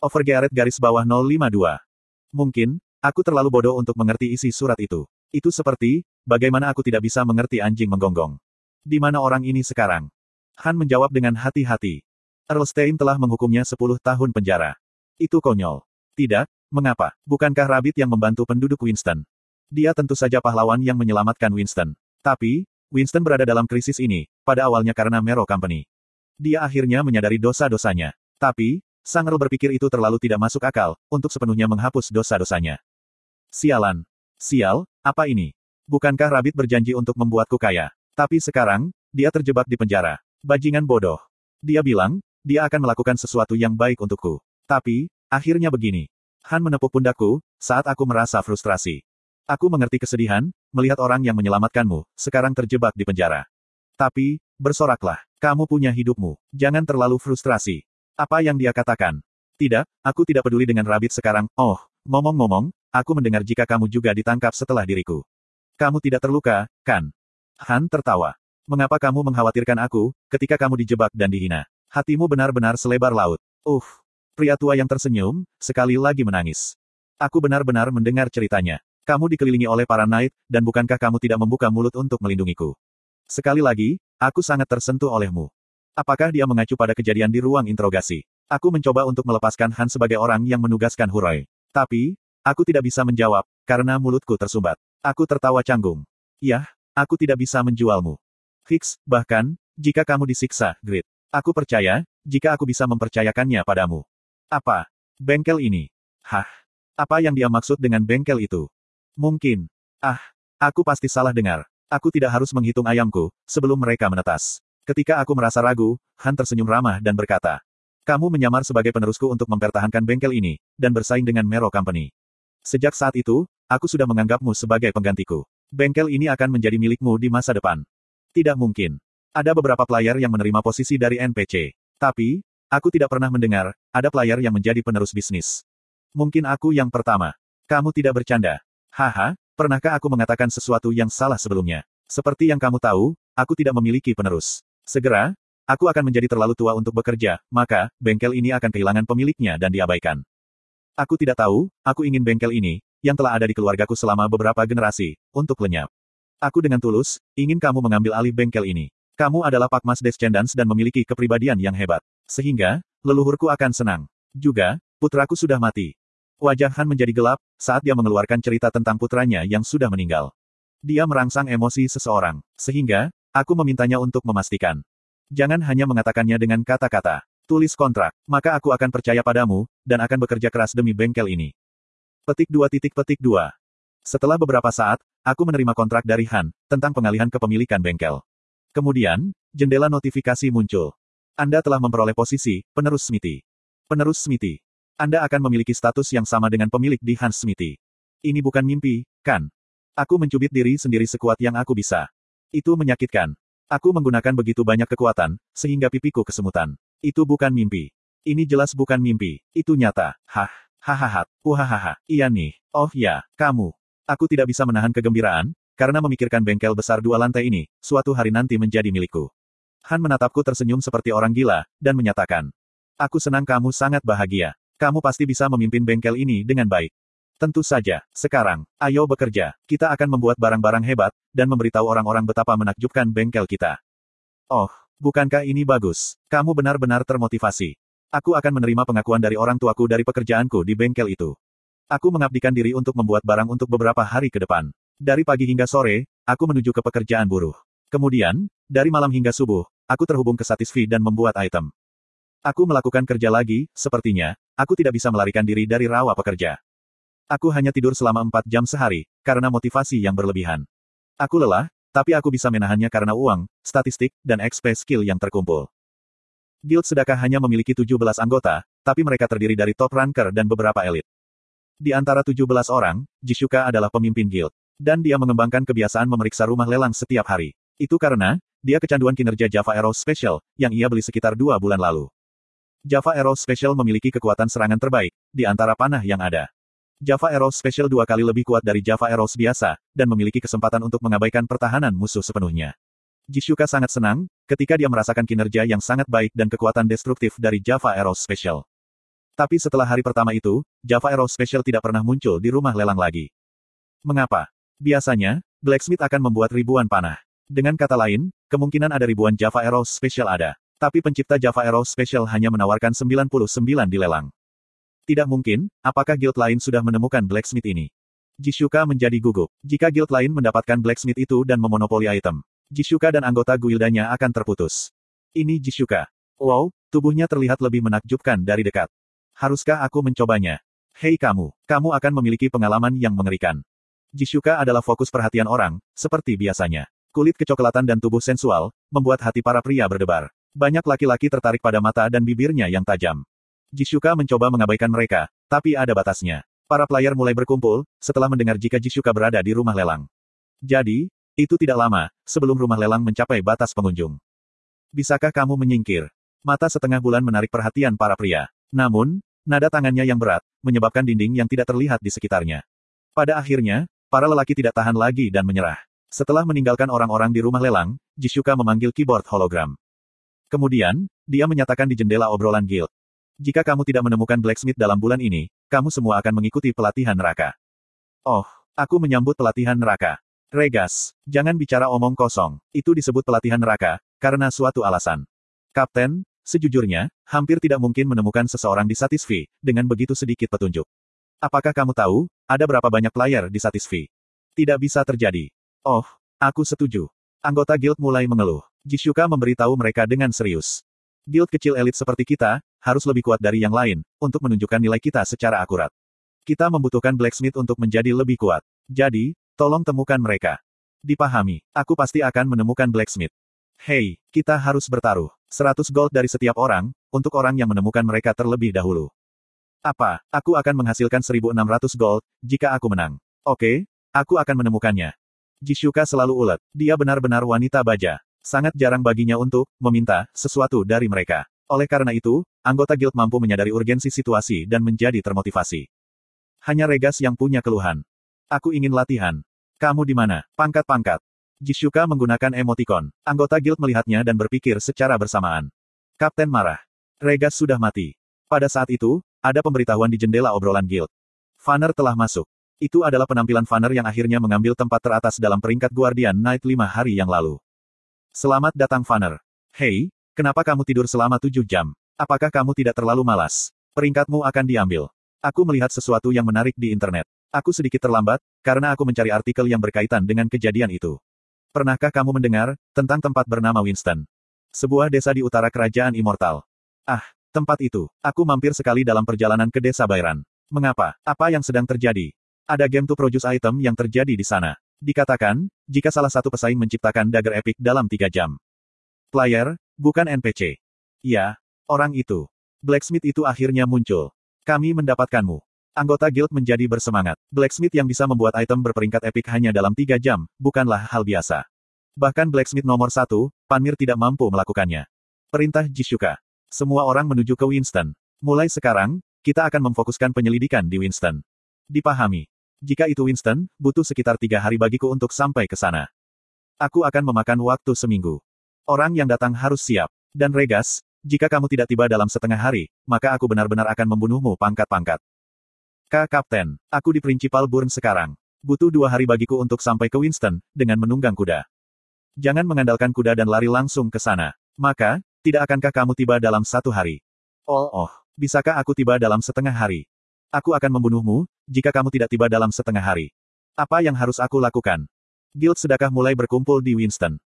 Overgearet garis bawah 052. Mungkin, aku terlalu bodoh untuk mengerti isi surat itu. Itu seperti, bagaimana aku tidak bisa mengerti anjing menggonggong. Di mana orang ini sekarang? Han menjawab dengan hati-hati. Earl Stein telah menghukumnya 10 tahun penjara. Itu konyol. Tidak, mengapa? Bukankah Rabbit yang membantu penduduk Winston? Dia tentu saja pahlawan yang menyelamatkan Winston. Tapi, Winston berada dalam krisis ini, pada awalnya karena Mero Company. Dia akhirnya menyadari dosa-dosanya. Tapi, Sang Earl berpikir itu terlalu tidak masuk akal, untuk sepenuhnya menghapus dosa-dosanya. Sialan. Sial, apa ini? Bukankah Rabbit berjanji untuk membuatku kaya? Tapi sekarang, dia terjebak di penjara. Bajingan bodoh. Dia bilang, dia akan melakukan sesuatu yang baik untukku. Tapi, akhirnya begini. Han menepuk pundakku, saat aku merasa frustrasi. Aku mengerti kesedihan, melihat orang yang menyelamatkanmu, sekarang terjebak di penjara. Tapi, bersoraklah. Kamu punya hidupmu. Jangan terlalu frustrasi. Apa yang dia katakan? Tidak, aku tidak peduli dengan Rabbit sekarang. Oh, ngomong-ngomong, aku mendengar jika kamu juga ditangkap setelah diriku. Kamu tidak terluka, kan? Han tertawa. Mengapa kamu mengkhawatirkan aku, ketika kamu dijebak dan dihina? Hatimu benar-benar selebar laut. Pria tua yang tersenyum, sekali lagi menangis. Aku benar-benar mendengar ceritanya. Kamu dikelilingi oleh para knight, dan bukankah kamu tidak membuka mulut untuk melindungiku? Sekali lagi, aku sangat tersentuh olehmu. Apakah dia mengacu pada kejadian di ruang interogasi? Aku mencoba untuk melepaskan Han sebagai orang yang menugaskan Huroi. Tapi, aku tidak bisa menjawab, karena mulutku tersumbat. Aku tertawa canggung. Yah, aku tidak bisa menjualmu. Hicks, bahkan, jika kamu disiksa, Grit. Aku percaya, jika aku bisa mempercayakannya padamu. Apa? Bengkel ini? Hah? Apa yang dia maksud dengan bengkel itu? Mungkin. Aku pasti salah dengar. Aku tidak harus menghitung ayamku, sebelum mereka menetas. Ketika aku merasa ragu, Han tersenyum ramah dan berkata, kamu menyamar sebagai penerusku untuk mempertahankan bengkel ini, dan bersaing dengan Mero Company. Sejak saat itu, aku sudah menganggapmu sebagai penggantiku. Bengkel ini akan menjadi milikmu di masa depan. Tidak mungkin. Ada beberapa player yang menerima posisi dari NPC. Tapi, aku tidak pernah mendengar, ada player yang menjadi penerus bisnis. Mungkin aku yang pertama. Kamu tidak bercanda. Haha, pernahkah aku mengatakan sesuatu yang salah sebelumnya? Seperti yang kamu tahu, aku tidak memiliki penerus. Segera, aku akan menjadi terlalu tua untuk bekerja, maka, bengkel ini akan kehilangan pemiliknya dan diabaikan. Aku tidak tahu, aku ingin bengkel ini, yang telah ada di keluargaku selama beberapa generasi, untuk lenyap. Aku dengan tulus, ingin kamu mengambil alih bengkel ini. Kamu adalah Pakmas Descendants dan memiliki kepribadian yang hebat. Sehingga, leluhurku akan senang. Juga, putraku sudah mati. Wajah Han menjadi gelap, saat dia mengeluarkan cerita tentang putranya yang sudah meninggal. Dia merangsang emosi seseorang. Sehingga, aku memintanya untuk memastikan. Jangan hanya mengatakannya dengan kata-kata. Tulis kontrak, maka aku akan percaya padamu, dan akan bekerja keras demi bengkel ini. Petik 2. Setelah beberapa saat, aku menerima kontrak dari Han, tentang pengalihan kepemilikan bengkel. Kemudian, jendela notifikasi muncul. Anda telah memperoleh posisi, penerus Smithy. Penerus Smithy. Anda akan memiliki status yang sama dengan pemilik di Hans Smithy. Ini bukan mimpi, kan? Aku mencubit diri sendiri sekuat yang aku bisa. Itu menyakitkan. Aku menggunakan begitu banyak kekuatan, sehingga pipiku kesemutan. Itu bukan mimpi. Ini jelas bukan mimpi. Itu nyata. Hahaha. Iya nih. Oh ya, kamu. Aku tidak bisa menahan kegembiraan, karena memikirkan bengkel besar 2 lantai ini, suatu hari nanti menjadi milikku. Han menatapku tersenyum seperti orang gila, dan menyatakan. Aku senang kamu sangat bahagia. Kamu pasti bisa memimpin bengkel ini dengan baik. Tentu saja. Sekarang, ayo bekerja. Kita akan membuat barang-barang hebat, dan memberitahu orang-orang betapa menakjubkan bengkel kita. Oh, bukankah ini bagus? Kamu benar-benar termotivasi. Aku akan menerima pengakuan dari orang tuaku dari pekerjaanku di bengkel itu. Aku mengabdikan diri untuk membuat barang untuk beberapa hari ke depan. Dari pagi hingga sore, aku menuju ke pekerjaan buruh. Kemudian, dari malam hingga subuh, aku terhubung ke Satisfy dan membuat item. Aku melakukan kerja lagi, sepertinya, aku tidak bisa melarikan diri dari rawa pekerja. Aku hanya tidur selama 4 jam sehari, karena motivasi yang berlebihan. Aku lelah, tapi aku bisa menahannya karena uang, statistik, dan XP skill yang terkumpul. Guild Sedekah hanya memiliki 17 anggota, tapi mereka terdiri dari top ranker dan beberapa elit. Di antara 17 orang, Jishuka adalah pemimpin guild. Dan dia mengembangkan kebiasaan memeriksa rumah lelang setiap hari. Itu karena, dia kecanduan kinerja Java Arrow Special, yang ia beli sekitar 2 bulan lalu. Java Arrow Special memiliki kekuatan serangan terbaik, di antara panah yang ada. Java Arrow Special 2 kali lebih kuat dari Java Arrows biasa, dan memiliki kesempatan untuk mengabaikan pertahanan musuh sepenuhnya. Jishuka sangat senang, ketika dia merasakan kinerja yang sangat baik dan kekuatan destruktif dari Java Arrow Special. Tapi setelah hari pertama itu, Java Arrow Special tidak pernah muncul di rumah lelang lagi. Mengapa? Biasanya, Blacksmith akan membuat ribuan panah. Dengan kata lain, kemungkinan ada ribuan Java Arrow Special ada. Tapi pencipta Java Arrow Special hanya menawarkan 99 di lelang. Tidak mungkin, apakah guild lain sudah menemukan Blacksmith ini? Jishuka menjadi gugup. Jika guild lain mendapatkan Blacksmith itu dan memonopoli item, Jishuka dan anggota guildanya akan terputus. Ini Jishuka. Wow, tubuhnya terlihat lebih menakjubkan dari dekat. Haruskah aku mencobanya? Hei kamu akan memiliki pengalaman yang mengerikan. Jishuka adalah fokus perhatian orang, seperti biasanya. Kulit kecoklatan dan tubuh sensual, membuat hati para pria berdebar. Banyak laki-laki tertarik pada mata dan bibirnya yang tajam. Jishuka mencoba mengabaikan mereka, tapi ada batasnya. Para player mulai berkumpul, setelah mendengar jika Jishuka berada di rumah lelang. Jadi, itu tidak lama, sebelum rumah lelang mencapai batas pengunjung. Bisakah kamu menyingkir? Mata setengah bulan menarik perhatian para pria. Namun, nada tangannya yang berat, menyebabkan dinding yang tidak terlihat di sekitarnya. Pada akhirnya, para lelaki tidak tahan lagi dan menyerah. Setelah meninggalkan orang-orang di rumah lelang, Jishuka memanggil keyboard hologram. Kemudian, dia menyatakan di jendela obrolan guild. Jika kamu tidak menemukan Blacksmith dalam bulan ini, kamu semua akan mengikuti pelatihan neraka. Oh, aku menyambut pelatihan neraka. Regas, jangan bicara omong kosong. Itu disebut pelatihan neraka, karena suatu alasan. Kapten, sejujurnya, hampir tidak mungkin menemukan seseorang di Satisfy, dengan begitu sedikit petunjuk. Apakah kamu tahu, ada berapa banyak player di Satisfy? Tidak bisa terjadi. Oh, aku setuju. Anggota guild mulai mengeluh. Jishuka memberitahu mereka dengan serius. Guild kecil elit seperti kita, harus lebih kuat dari yang lain, untuk menunjukkan nilai kita secara akurat. Kita membutuhkan Blacksmith untuk menjadi lebih kuat. Jadi, tolong temukan mereka. Dipahami, aku pasti akan menemukan Blacksmith. Hei, kita harus bertaruh. 100 gold dari setiap orang, untuk orang yang menemukan mereka terlebih dahulu. Apa, aku akan menghasilkan 1.600 gold, jika aku menang. Oke, aku akan menemukannya. Jishuka selalu ulet. Dia benar-benar wanita baja. Sangat jarang baginya untuk meminta sesuatu dari mereka. Oleh karena itu, anggota guild mampu menyadari urgensi situasi dan menjadi termotivasi. Hanya Regas yang punya keluhan. Aku ingin latihan. Kamu di mana? Pangkat-pangkat. Jishuka menggunakan emotikon. Anggota guild melihatnya dan berpikir secara bersamaan. Kapten marah. Regas sudah mati. Pada saat itu, ada pemberitahuan di jendela obrolan guild. Vanner telah masuk. Itu adalah penampilan Vanner yang akhirnya mengambil tempat teratas dalam peringkat Guardian Knight 5 hari yang lalu. Selamat datang Vanner. Hei, kenapa kamu tidur selama 7 jam? Apakah kamu tidak terlalu malas? Peringkatmu akan diambil. Aku melihat sesuatu yang menarik di internet. Aku sedikit terlambat, karena aku mencari artikel yang berkaitan dengan kejadian itu. Pernahkah kamu mendengar tentang tempat bernama Winston? Sebuah desa di utara kerajaan Immortal. Ah, tempat itu. Aku mampir sekali dalam perjalanan ke desa Byron. Mengapa? Apa yang sedang terjadi? Ada game to produce item yang terjadi di sana. Dikatakan, jika salah satu pesaing menciptakan dagger epic dalam 3 jam. Player, bukan NPC. Ya, orang itu. Blacksmith itu akhirnya muncul. Kami mendapatkanmu. Anggota guild menjadi bersemangat. Blacksmith yang bisa membuat item berperingkat epic hanya dalam 3 jam, bukanlah hal biasa. Bahkan Blacksmith nomor 1, Panmir tidak mampu melakukannya. Perintah Jishuka. Semua orang menuju ke Winston. Mulai sekarang, kita akan memfokuskan penyelidikan di Winston. Dipahami. Jika itu Winston, butuh sekitar 3 hari bagiku untuk sampai ke sana. Aku akan memakan waktu seminggu. Orang yang datang harus siap. Dan Regas, jika kamu tidak tiba dalam setengah hari, maka aku benar-benar akan membunuhmu pangkat-pangkat. Kapten, aku di Principal Burn sekarang. Butuh 2 hari bagiku untuk sampai ke Winston, dengan menunggang kuda. Jangan mengandalkan kuda dan lari langsung ke sana. Maka, tidak akankah kamu tiba dalam 1 hari? Oh, bisakah aku tiba dalam setengah hari? Aku akan membunuhmu, jika kamu tidak tiba dalam setengah hari. Apa yang harus aku lakukan? Guild sedekah mulai berkumpul di Winston.